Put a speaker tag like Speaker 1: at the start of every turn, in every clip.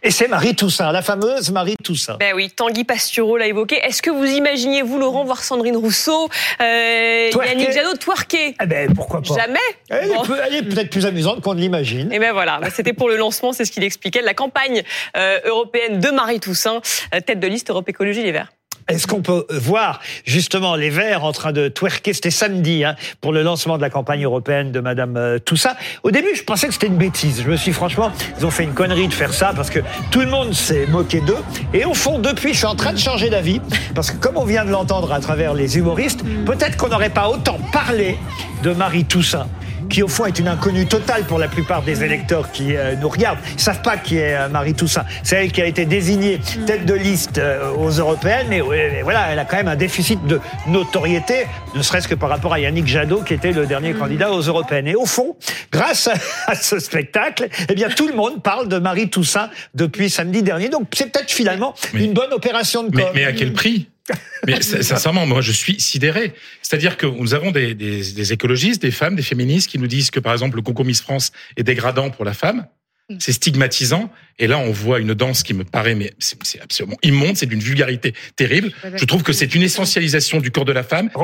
Speaker 1: Et c'est Marie Toussaint, la fameuse Marie Toussaint.
Speaker 2: Ben oui, Tanguy Pastureau l'a évoqué. Est-ce que vous imaginez, vous, Laurent, voir Sandrine Rousseau, Yannick Jadot twerker?
Speaker 1: Eh ben, pourquoi pas?
Speaker 2: Jamais.
Speaker 1: Elle est peut-être plus amusante qu'on ne l'imagine.
Speaker 2: Et ben voilà, c'était pour le lancement, c'est ce qu'il expliquait, de la campagne européenne de Marie Toussaint, tête de liste Europe Écologie Les Verts.
Speaker 1: Est-ce qu'on peut voir justement les Verts en train de twerker? C'était samedi pour le lancement de la campagne européenne de Madame Toussaint. Au début, je pensais que c'était une bêtise. Je me suis dit, franchement, ils ont fait une connerie de faire ça parce que tout le monde s'est moqué d'eux. Et au fond, depuis, je suis en train de changer d'avis parce que comme on vient de l'entendre à travers les humoristes, peut-être qu'on n'aurait pas autant parlé de Marie Toussaint, qui au fond est une inconnue totale pour la plupart des électeurs qui nous regardent. Ils ne savent pas qui est Marie Toussaint. C'est elle qui a été désignée tête de liste aux européennes, mais voilà, elle a quand même un déficit de notoriété, ne serait-ce que par rapport à Yannick Jadot, qui était le dernier candidat aux européennes. Et au fond, grâce à ce spectacle, eh bien, tout le monde parle de Marie Toussaint depuis samedi dernier. Donc, c'est peut-être finalement une bonne opération de com.
Speaker 3: Mais à quel prix? Mais sincèrement, moi, je suis sidéré. C'est-à-dire que nous avons des écologistes, des femmes, des féministes qui nous disent que, par exemple, le concours Miss France est dégradant pour la femme. C'est stigmatisant. Et là, on voit une danse qui me paraît, mais c'est absolument immonde, c'est d'une vulgarité terrible. Je trouve que c'est une essentialisation du corps de la femme.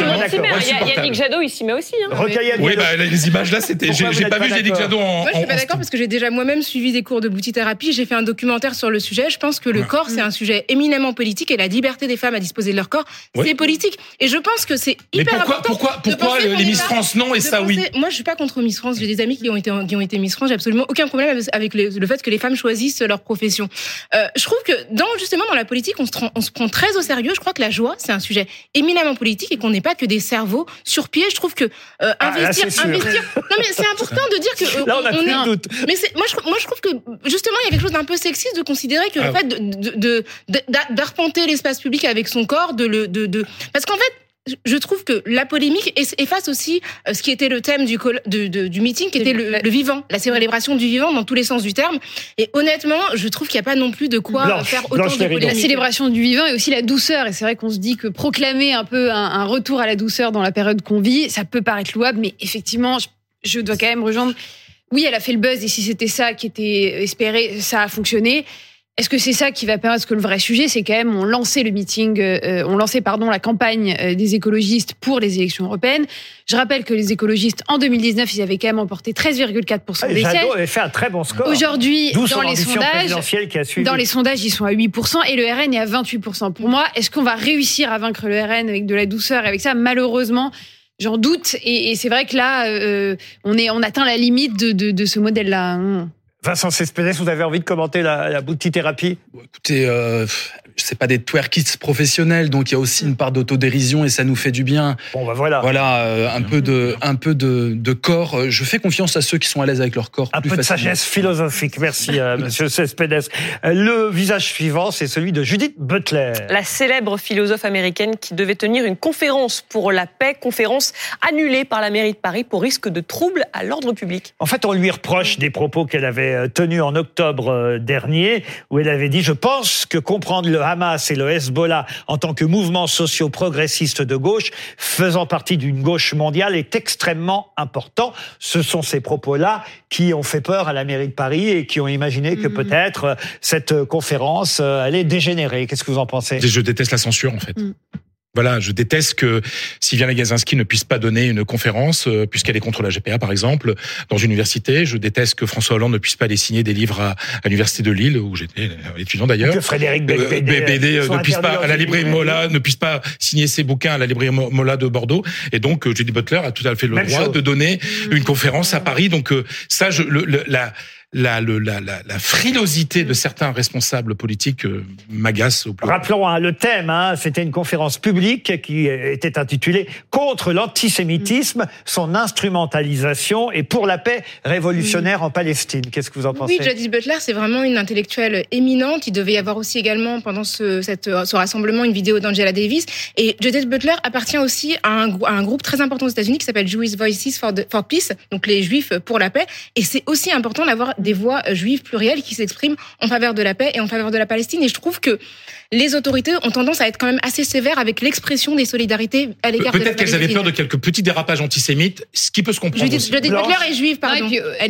Speaker 2: Yannick Jadot, il s'y met aussi.
Speaker 3: Oui, les images là, c'était. J'ai pas vu Yannick Jadot en.
Speaker 4: Moi, je suis pas d'accord parce que j'ai déjà moi-même suivi des cours de boutithérapie. J'ai fait un documentaire sur le sujet. Je pense que le corps, c'est un sujet éminemment politique et la liberté des femmes à disposer de leur corps, c'est politique. Et je pense que c'est hyper important.
Speaker 3: Pourquoi les Miss France non et ça oui?
Speaker 4: Moi, je suis pas contre Miss France. J'ai des amis qui ont été Miss France. J'ai absolument aucun problème avec le fait que les femmes choisissent leur profession. Je trouve que justement dans la politique, on se prend très au sérieux. Je crois que la joie, c'est un sujet éminemment politique et qu'on n'est pas que des cerveaux sur pied. Je trouve que investir. Non mais c'est important de dire que
Speaker 1: là on a plus de doute.
Speaker 4: Mais moi je trouve que justement il y a quelque chose d'un peu sexiste de considérer que le fait d'arpenter l'espace public avec son corps, parce qu'en fait je trouve que la polémique efface aussi ce qui était le thème du meeting, qui était le vivant, la célébration du vivant dans tous les sens du terme. Et honnêtement, je trouve qu'il n'y a pas non plus de quoi faire autant de polémique.
Speaker 5: La célébration du vivant et aussi la douceur. Et c'est vrai qu'on se dit que proclamer un peu un retour à la douceur dans la période qu'on vit, ça peut paraître louable, mais effectivement, je dois quand même rejoindre. Oui, elle a fait le buzz et si c'était ça qui était espéré, ça a fonctionné. Est-ce que c'est ça qui va permettre? Parce que le vrai sujet, c'est quand même, on lançait la campagne des écologistes pour les élections européennes. Je rappelle que les écologistes, en 2019, ils avaient quand même emporté 13,4% des sièges.
Speaker 1: Jadot avait fait un très bon score.
Speaker 5: Aujourd'hui, dans les sondages, ils sont à 8% et le RN est à 28%. Pour moi, est-ce qu'on va réussir à vaincre le RN avec de la douceur et avec ça? Malheureusement, j'en doute. Et c'est vrai que là, on atteint la limite de ce modèle-là.
Speaker 1: Vincent Cespedes, vous avez envie de commenter la boutithérapie?
Speaker 6: Écoutez, c'est pas des twerkists professionnels, donc il y a aussi une part d'autodérision et ça nous fait du bien.
Speaker 1: Bon, voilà.
Speaker 6: Voilà, un peu de corps. Je fais confiance à ceux qui sont à l'aise avec leur corps.
Speaker 1: Un peu de sagesse philosophique. Merci, monsieur Cespedes. Le visage suivant, c'est celui de Judith Butler.
Speaker 2: La célèbre philosophe américaine qui devait tenir une conférence pour la paix, conférence annulée par la mairie de Paris pour risque de troubles à l'ordre public.
Speaker 1: En fait, on lui reproche des propos qu'elle avait tenus en octobre dernier, où elle avait dit « Je pense que comprendre le Hamas et le Hezbollah en tant que mouvement socio-progressiste de gauche, faisant partie d'une gauche mondiale, est extrêmement important. » Ce sont ces propos-là qui ont fait peur à la mairie de Paris et qui ont imaginé que peut-être cette conférence allait dégénérer. Qu'est-ce que vous en pensez?
Speaker 3: Je déteste la censure, en fait. Voilà, je déteste que Sylviane Agacinski ne puisse pas donner une conférence, puisqu'elle est contre la GPA, par exemple, dans une université. Je déteste que François Hollande ne puisse pas aller signer des livres à l'université de Lille, où j'étais étudiant d'ailleurs.
Speaker 1: Que Frédéric Beigbeder
Speaker 3: ne puisse pas, à la librairie Mola, ne puisse pas signer ses bouquins à la librairie Mola de Bordeaux. Et donc, Judith Butler a tout à fait le droit de donner une conférence à Paris. Donc, ça, la frilosité de certains responsables politiques m'agace au plus haut.
Speaker 1: Rappelons le thème, c'était une conférence publique qui était intitulée « Contre l'antisémitisme, son instrumentalisation et pour la paix révolutionnaire en Palestine ». Qu'est-ce que vous en pensez?
Speaker 4: Oui, Judith Butler, c'est vraiment une intellectuelle éminente. Il devait y avoir aussi également, pendant ce rassemblement, une vidéo d'Angela Davis. Et Judith Butler appartient aussi à un groupe très important aux États-Unis qui s'appelle Jewish Voices for Peace, donc les Juifs pour la paix. Et c'est aussi important des voix juives plurielles qui s'expriment en faveur de la paix et en faveur de la Palestine. Et je trouve que les autorités ont tendance à être quand même assez sévères avec l'expression des solidarités à l'égard de la
Speaker 3: Peut-être qu'elles avaient peur de quelques petits dérapages antisémites, ce qui peut se comprendre.
Speaker 4: Judith Butler est juive, pardon.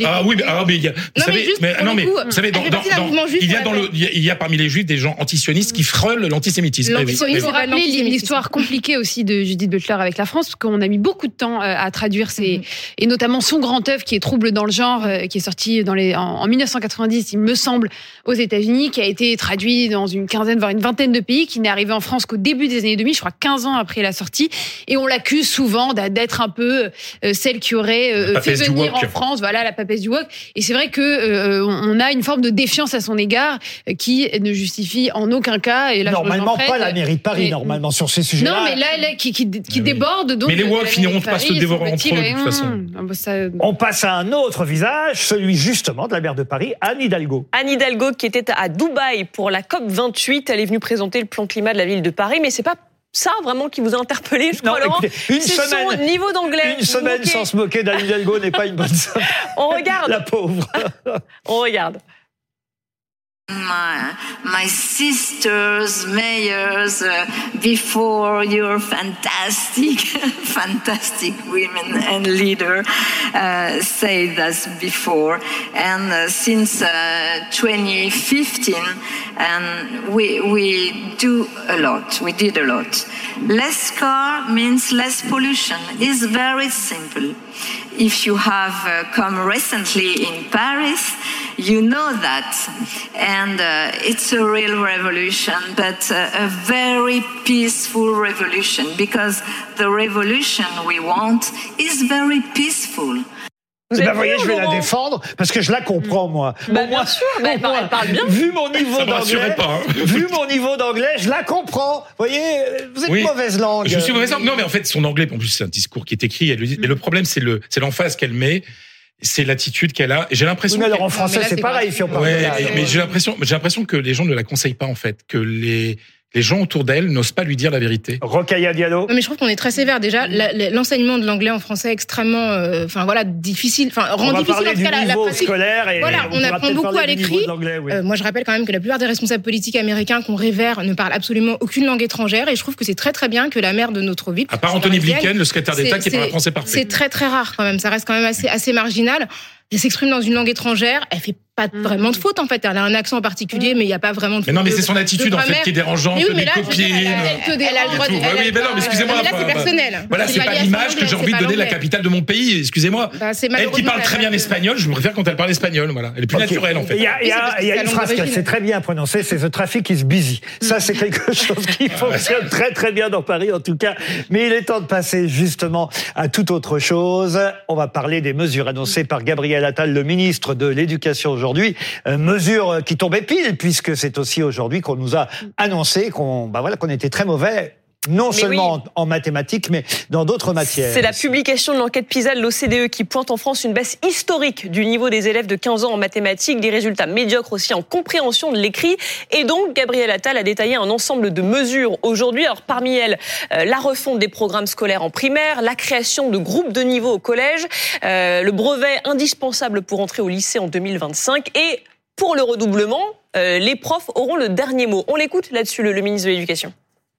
Speaker 3: Il y a parmi les juifs des gens antisionistes qui frôlent l'antisémitisme.
Speaker 5: Il faut rappeler l'histoire compliquée aussi de Judith Butler avec la France, parce qu'on a mis beaucoup de temps à traduire et notamment son grand œuvre qui est Trouble dans le genre, qui est sorti en 1990, il me semble, aux États-Unis, qui a été traduit dans une quinzaine, voire une vingtaine de pays, qui n'est arrivé en France qu'au début des années 2000, je crois 15 ans après la sortie, et on l'accuse souvent d'être un peu celle qui aurait fait venir en France, voilà, la papesse du wok. Et c'est vrai que on a une forme de défiance à son égard qui ne justifie en aucun cas. Et là,
Speaker 1: normalement, pas la mairie de Paris, normalement, sur ces sujets-là.
Speaker 5: Non, mais là qui déborde. Donc,
Speaker 3: mais les woks finiront pas se dévorer entre eux, de toute façon.
Speaker 1: On passe à un autre visage, celui justement de la maire de Paris, Anne Hidalgo.
Speaker 2: Anne Hidalgo qui était à Dubaï pour la COP28, elle est venue présenter le plan climat de la ville de Paris, mais c'est pas ça vraiment qui vous a interpellé, je crois, Laurent.
Speaker 1: C'est son
Speaker 2: niveau d'anglais.
Speaker 1: Une semaine sans se moquer d'Anne Hidalgo n'est pas une bonne somme.
Speaker 2: On regarde.
Speaker 1: La pauvre.
Speaker 2: On regarde.
Speaker 7: My sisters, mayors, before your fantastic women and leader said that before, and since 2015, and we did a lot. Less car means less pollution. It's very simple. If you have come recently in Paris, you know that. And it's a real revolution, but a very peaceful revolution, because the revolution we want is very peaceful.
Speaker 1: Vous voyez, je vais la défendre parce que je la comprends, moi.
Speaker 2: Bien sûr, mais elle parle bien.
Speaker 1: Vu mon niveau d'anglais,
Speaker 3: pas, hein.
Speaker 1: Vu mon niveau d'anglais, je la comprends. Vous voyez, vous êtes mauvaise langue.
Speaker 3: Je suis mauvaise langue. Non, mais en fait, son anglais, en plus, c'est un discours qui est écrit. Elle le dit. Mais le problème, c'est l'emphase qu'elle met. C'est l'attitude qu'elle a. Et j'ai l'impression.
Speaker 1: Oui, mais alors en français, c'est pareil. Si on parle
Speaker 3: mais j'ai l'impression que les gens ne la conseillent pas, en fait. Que les gens autour d'elle n'osent pas lui dire la vérité.
Speaker 1: Rokhaya Diallo.
Speaker 4: Mais je trouve qu'on est très sévère. Déjà, l'enseignement de l'anglais en français est extrêmement, difficile. Rend difficile en tout cas la pratique
Speaker 1: scolaire. Et
Speaker 4: voilà, on apprend beaucoup à l'écrit.
Speaker 1: Oui.
Speaker 4: Moi, je rappelle quand même que la plupart des responsables politiques américains qu'on révère ne parlent absolument aucune langue étrangère. Et je trouve que c'est très très bien que la maire de notre ville,
Speaker 3: à part Anthony Blinken, le secrétaire d'État, qui parle français parfait.
Speaker 4: C'est très très rare quand même. Ça reste quand même assez marginal. Elle s'exprime dans une langue étrangère, elle fait pas vraiment de faute en fait, elle a un accent particulier, mais il y a pas vraiment de faute.
Speaker 3: Mais non, mais c'est son attitude en fait qui est dérangeante,
Speaker 4: mais
Speaker 3: des copines.
Speaker 4: Elle a le droit de.
Speaker 3: Oui, mais non, mais excusez-moi.
Speaker 4: Mais là, c'est personnel.
Speaker 3: Voilà, c'est pas l'image que j'ai envie de donner de la capitale de mon pays. Excusez-moi. Elle qui parle très bien espagnol, je préfère quand elle parle espagnol. Voilà, elle est plus naturelle en fait.
Speaker 1: Il y a une phrase qu'elle sait très bien prononcer, c'est the traffic is busy. Ça, c'est quelque chose qui fonctionne très très bien dans Paris en tout cas. Mais il est temps de passer justement à toute autre chose. On va parler des mesures annoncées par Gabriel Attal, le ministre de l'Éducation aujourd'hui, mesures qui tombaient pile puisque c'est aussi aujourd'hui qu'on nous a annoncé qu'on était très mauvais. Non seulement en mathématiques, mais dans d'autres matières.
Speaker 2: C'est la publication de l'enquête PISA de l'OCDE qui pointe en France une baisse historique du niveau des élèves de 15 ans en mathématiques, des résultats médiocres aussi en compréhension de l'écrit. Et donc, Gabriel Attal a détaillé un ensemble de mesures aujourd'hui. Alors, parmi elles, la refonte des programmes scolaires en primaire, la création de groupes de niveau au collège, le brevet indispensable pour entrer au lycée en 2025 et pour le redoublement, les profs auront le dernier mot. On l'écoute là-dessus, le ministre de l'Éducation.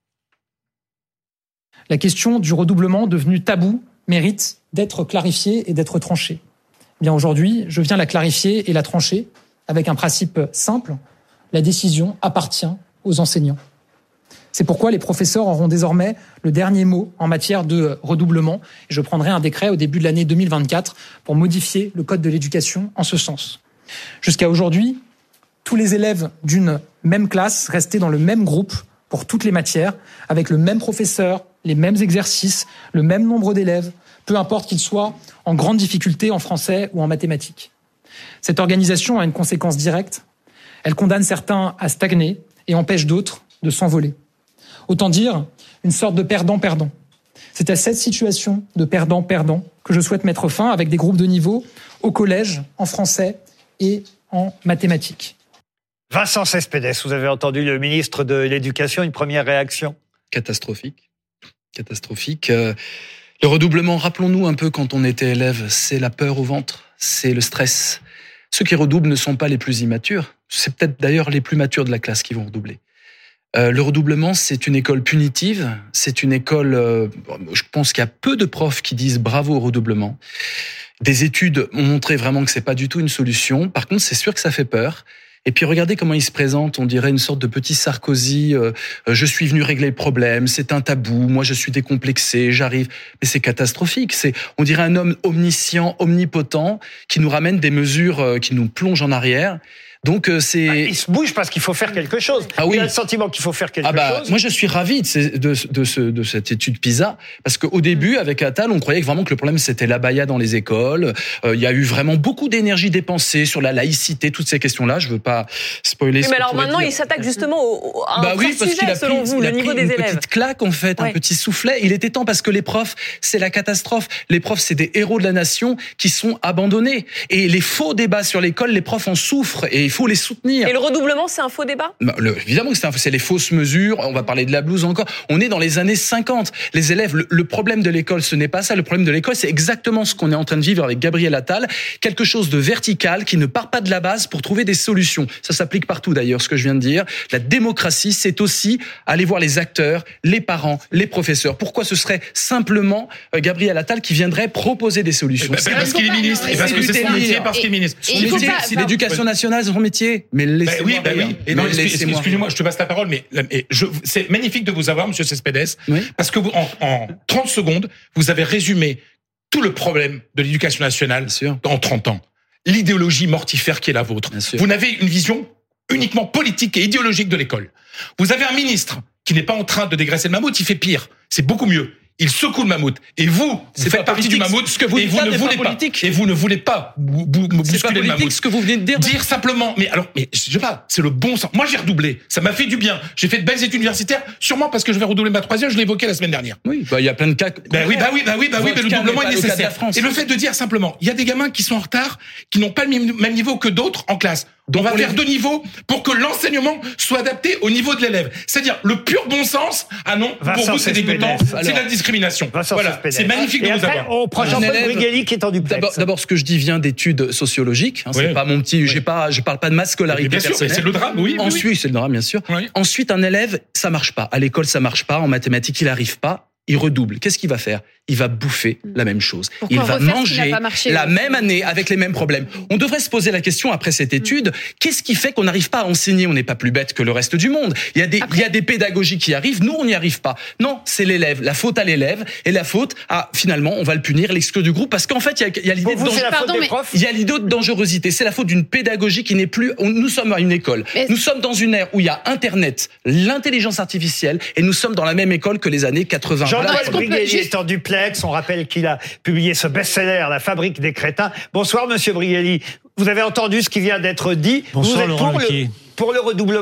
Speaker 8: La question du redoublement, devenue tabou, mérite d'être clarifiée et d'être tranchée. Bien aujourd'hui, je viens la clarifier et la trancher avec un principe simple. La décision appartient aux enseignants. C'est pourquoi les professeurs auront désormais le dernier mot en matière de redoublement. Je prendrai un décret au début de l'année 2024 pour modifier le code de l'éducation en ce sens. Jusqu'à aujourd'hui, tous les élèves d'une même classe restaient dans le même groupe pour toutes les matières, avec le même professeur, les mêmes exercices, le même nombre d'élèves, peu importe qu'ils soient en grande difficulté en français ou en mathématiques. Cette organisation a une conséquence directe. Elle condamne certains à stagner et empêche d'autres de s'envoler. Autant dire une sorte de perdant-perdant. C'est à cette situation de perdant-perdant que je souhaite mettre fin avec des groupes de niveau au collège, en français et en mathématiques.
Speaker 1: Vincent Cespedes, vous avez entendu le ministre de l'Éducation, une première réaction ?
Speaker 6: Catastrophique. Le redoublement, rappelons-nous un peu quand on était élève, c'est la peur au ventre, c'est le stress. Ceux qui redoublent ne sont pas les plus immatures. C'est peut-être d'ailleurs les plus matures de la classe qui vont redoubler. Le redoublement, c'est une école punitive. C'est une école... je pense qu'il y a peu de profs qui disent bravo au redoublement. Des études ont montré vraiment que c'est pas du tout une solution. Par contre, c'est sûr que ça fait peur. Et puis regardez comment il se présente, on dirait une sorte de petit Sarkozy, je suis venu régler le problème, c'est un tabou, moi je suis décomplexé, j'arrive. Mais c'est catastrophique, on dirait un homme omniscient, omnipotent, qui nous ramène des mesures qui nous plongent en arrière. Donc c'est...
Speaker 1: il se bouge parce qu'il faut faire quelque chose.
Speaker 6: Ah oui.
Speaker 1: Il a le sentiment qu'il faut faire quelque chose.
Speaker 6: Moi, je suis ravi de cette étude PISA, parce qu'au début, avec Attal, on croyait vraiment que le problème, c'était l'abaya dans les écoles. Il y a eu vraiment beaucoup d'énergie dépensée sur la laïcité, toutes ces questions-là. Je veux pas spoiler.
Speaker 2: Mais alors maintenant, il s'attaque justement à un vrai sujet, selon vous, le niveau des élèves.
Speaker 6: Une petite claque, en fait, un petit soufflet. Il était temps, parce que les profs, c'est la catastrophe. Les profs, c'est des héros de la nation qui sont abandonnés. Et les faux débats sur l'école, les profs en souffrent. Et il faut les soutenir.
Speaker 2: Et le redoublement, c'est un faux débat ?
Speaker 6: Évidemment que c'est les fausses mesures. On va parler de la blouse encore. On est dans les années 50. Les élèves, le problème de l'école, ce n'est pas ça. Le problème de l'école, c'est exactement ce qu'on est en train de vivre avec Gabriel Attal. Quelque chose de vertical qui ne part pas de la base pour trouver des solutions. Ça s'applique partout d'ailleurs, ce que je viens de dire. La démocratie, c'est aussi aller voir les acteurs, les parents, les professeurs. Pourquoi ce serait simplement Gabriel Attal qui viendrait proposer des solutions ?
Speaker 3: Parce qu'il est ministre. Et parce que c'est son métier, parce qu'il est ministre.
Speaker 6: Si l'éducation nationale, c'est son métier. Mais laissez-moi.
Speaker 3: Et non, excusez-moi, je te passe la parole, mais c'est magnifique de vous avoir, Monsieur Cespedes, parce que vous, en 30 secondes, vous avez résumé tout le problème de l'éducation nationale en 30 ans. L'idéologie mortifère qui est la vôtre. Vous n'avez une vision uniquement politique et idéologique de l'école. Vous avez un ministre qui n'est pas en train de dégraisser le mammouth, il fait pire. C'est beaucoup mieux. Il secoue le mammouth. Et vous faites partie du mammouth.
Speaker 6: Ce que vous dites
Speaker 3: ne voulez pas. Et vous ne voulez pas bousculer le mammouth.
Speaker 6: Ce que vous venez de dire.
Speaker 3: Dire simplement, je sais pas, c'est le bon sens. Moi, j'ai redoublé. Ça m'a fait du bien. J'ai fait de belles études universitaires, sûrement parce que je vais redoubler ma 3e, je l'ai évoqué la semaine dernière.
Speaker 6: Oui, il y a plein de cas.
Speaker 3: Mais le doublement est nécessaire. Et le fait de dire simplement, il y a des gamins qui sont en retard, qui n'ont pas le même niveau que d'autres en classe. Donc on va faire 2 niveaux pour que l'enseignement soit adapté au niveau de l'élève. C'est-à-dire le pur bon sens. Ah non, pour vous c'est dégoûtant, c'est la discrimination. Voilà, c'est magnifique de vous avoir.
Speaker 1: On prend Jean-Paul Brigelli qui est en duplex.
Speaker 6: D'abord, ce que je dis vient d'études sociologiques. C'est pas mon petit. Je parle pas de ma scolarité personnelle.
Speaker 3: C'est le drame, oui.
Speaker 6: Ensuite, c'est le drame, bien sûr. Ensuite, un élève, ça marche pas. À l'école, ça marche pas. En mathématiques, il arrive pas. Il redouble. Qu'est-ce qu'il va faire ? Il va bouffer la même chose. Il va manger la même année avec les mêmes problèmes. On devrait se poser la question après cette étude, qu'est-ce qui fait qu'on n'arrive pas à enseigner ? On n'est pas plus bête que le reste du monde. Il y a des pédagogies qui arrivent, nous on n'y arrive pas. Non, c'est l'élève. La faute à l'élève et la faute à, finalement, on va le punir, l'exclure du groupe parce qu'en fait, il y a l'idée de dangerosité. C'est la faute d'une pédagogie qui n'est plus... Nous sommes à une école. Nous sommes dans une ère où il y a Internet, l'intelligence artificielle et nous sommes dans la même école que les années 80.
Speaker 1: Jean-Paul Brigelli est en duplex. On rappelle qu'il a publié ce best-seller, La fabrique des crétins. Bonsoir, Monsieur Brigelli. Vous avez entendu ce qui vient d'être dit.
Speaker 9: Bonsoir,
Speaker 1: vous êtes pour le redoublement ?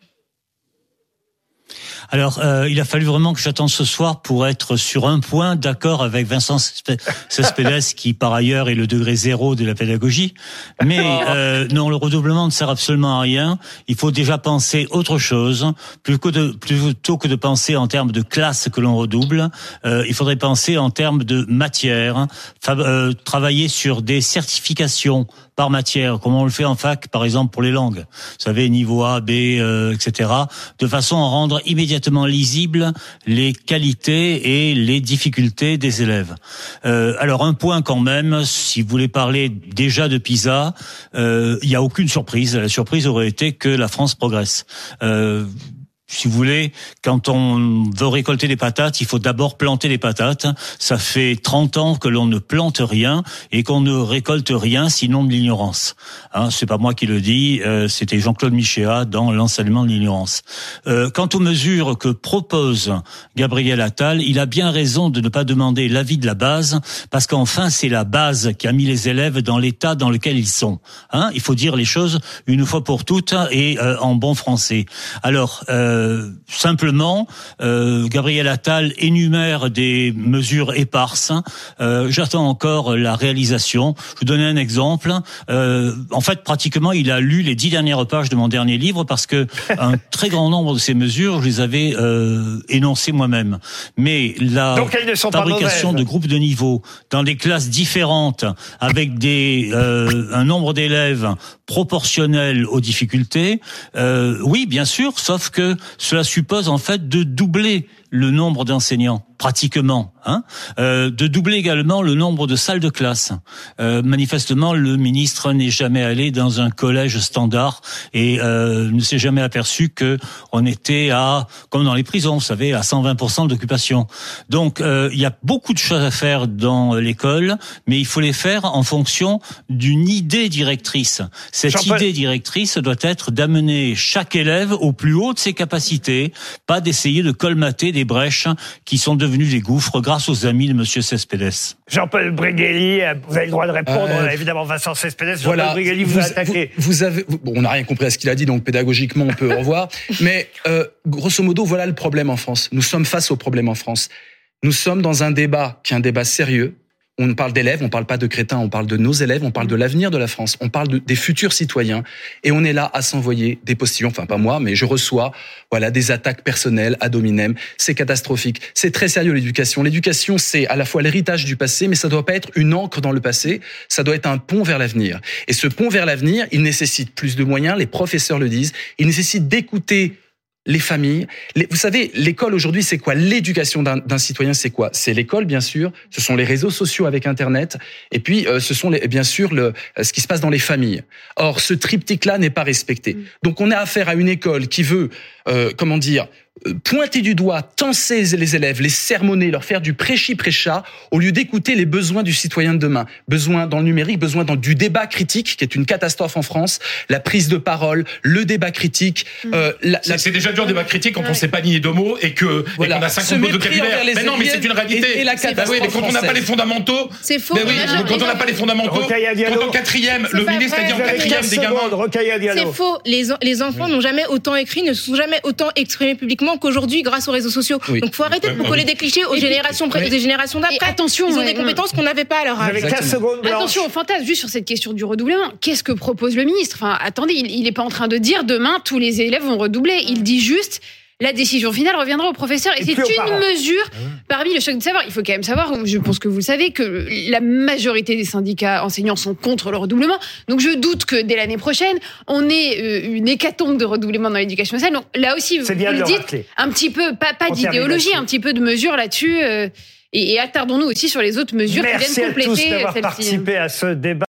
Speaker 9: Alors, il a fallu vraiment que j'attende ce soir pour être sur un point d'accord avec Vincent Cespedes, qui par ailleurs est le degré 0 de la pédagogie. Mais non, le redoublement ne sert absolument à rien. Il faut déjà penser autre chose, plutôt que de penser en termes de classe que l'on redouble. Il faudrait penser en termes de matière, travailler sur des certifications par matière, comme on le fait en fac, par exemple pour les langues. Vous savez, niveau A, B, etc., de façon à rendre immédiatement lisibles les qualités et les difficultés des élèves. Alors un point quand même, si vous voulez parler déjà de PISA, il n'y a aucune surprise. La surprise aurait été que la France progresse. Si vous voulez, quand on veut récolter des patates, il faut d'abord planter les patates. Ça fait 30 ans que l'on ne plante rien et qu'on ne récolte rien sinon de l'ignorance. C'est pas moi qui le dis, c'était Jean-Claude Michéa dans L'enseignement de l'ignorance. Quant aux mesures que propose Gabriel Attal, il a bien raison de ne pas demander l'avis de la base, parce qu'enfin c'est la base qui a mis les élèves dans l'état dans lequel ils sont. Il faut dire les choses une fois pour toutes et en bon français. Alors, simplement, Gabriel Attal énumère des mesures éparses. J'attends encore la réalisation. Je vous donne un exemple. En fait, pratiquement, il a lu les 10 dernières pages de mon dernier livre parce que un très grand nombre de ces mesures, je les avais énoncées moi-même. Mais la fabrication de groupes de niveau dans des classes différentes avec un nombre d'élèves proportionnel aux difficultés, oui, bien sûr, sauf que cela suppose en fait de doubler le nombre d'enseignants, pratiquement, de doubler également le nombre de salles de classe. Manifestement, le ministre n'est jamais allé dans un collège standard et ne s'est jamais aperçu que on était comme dans les prisons, vous savez, à 120% d'occupation. Donc, il y a beaucoup de choses à faire dans l'école, mais il faut les faire en fonction d'une idée directrice. Cette idée directrice doit être d'amener chaque élève au plus haut de ses capacités, pas d'essayer de colmater des brèches qui sont devenues des gouffres grâce aux amis de Monsieur Cespedes.
Speaker 1: Jean-Paul Bréguely, vous avez le droit de répondre, évidemment, Vincent Cespedes. Jean-Paul Bréguely, vous a attaqué.
Speaker 6: On n'a rien compris à ce qu'il a dit, donc pédagogiquement, on peut revoir. Mais grosso modo, voilà le problème en France. Nous sommes face au problème en France. Nous sommes dans un débat qui est un débat sérieux. On parle d'élèves, on parle pas de crétins, on parle de nos élèves, on parle de l'avenir de la France, on parle des futurs citoyens, et on est là à s'envoyer des postillons, enfin pas moi, mais je reçois, des attaques personnelles ad hominem. C'est catastrophique. C'est très sérieux l'éducation. L'éducation, c'est à la fois l'héritage du passé, mais ça doit pas être une encre dans le passé, ça doit être un pont vers l'avenir. Et ce pont vers l'avenir, il nécessite plus de moyens, les professeurs le disent, il nécessite d'écouter les familles. Vous savez, l'école aujourd'hui, c'est quoi? L'éducation d'un citoyen, c'est quoi? C'est l'école, bien sûr. Ce sont les réseaux sociaux avec Internet. Et puis, ce sont bien sûr ce qui se passe dans les familles. Or, ce triptyque-là n'est pas respecté. Donc, on a affaire à une école qui veut, pointer du doigt, tenser les élèves, les sermonner, leur faire du prêchi-prêcha, au lieu d'écouter les besoins du citoyen de demain. Besoin dans le numérique, besoin du débat critique, qui est une catastrophe en France, la prise de parole, le débat critique.
Speaker 3: C'est déjà dur le débat critique quand on ne sait pas nier deux mots et qu'on a 50 mots de vocabulaire. Mais non, mais c'est une réalité.
Speaker 6: Mais
Speaker 3: quand on n'a pas les fondamentaux.
Speaker 4: C'est faux.
Speaker 3: Quand on n'a pas les fondamentaux, quand en quatrième, le ministre a dit en quatrième des gamins.
Speaker 4: C'est faux. Les enfants n'ont jamais autant écrit, ne se sont jamais autant exprimés publiquement qu'aujourd'hui grâce aux réseaux sociaux. Oui. Donc, faut arrêter de vous coller des clichés aux générations d'après.
Speaker 5: Attention,
Speaker 4: ils ont des compétences qu'on n'avait pas à leur âge.
Speaker 5: Attention au fantasme, juste sur cette question du redoublement. Qu'est-ce que propose le ministre? Enfin, attendez, il n'est pas en train de dire demain tous les élèves vont redoubler. Il dit juste la décision finale reviendra au professeur. Et c'est une mesure parmi le choc de savoir. Il faut quand même savoir, je pense que vous le savez, que la majorité des syndicats enseignants sont contre le redoublement. Donc je doute que dès l'année prochaine, on ait une hécatombe de redoublement dans l'éducation nationale. Donc là aussi, vous le dites, un petit peu, pas d'idéologie, un petit peu de mesure là-dessus. Et attardons-nous aussi sur les autres mesures qui viennent compléter celle-ci.
Speaker 1: Merci à tous d'avoir participé à ce débat.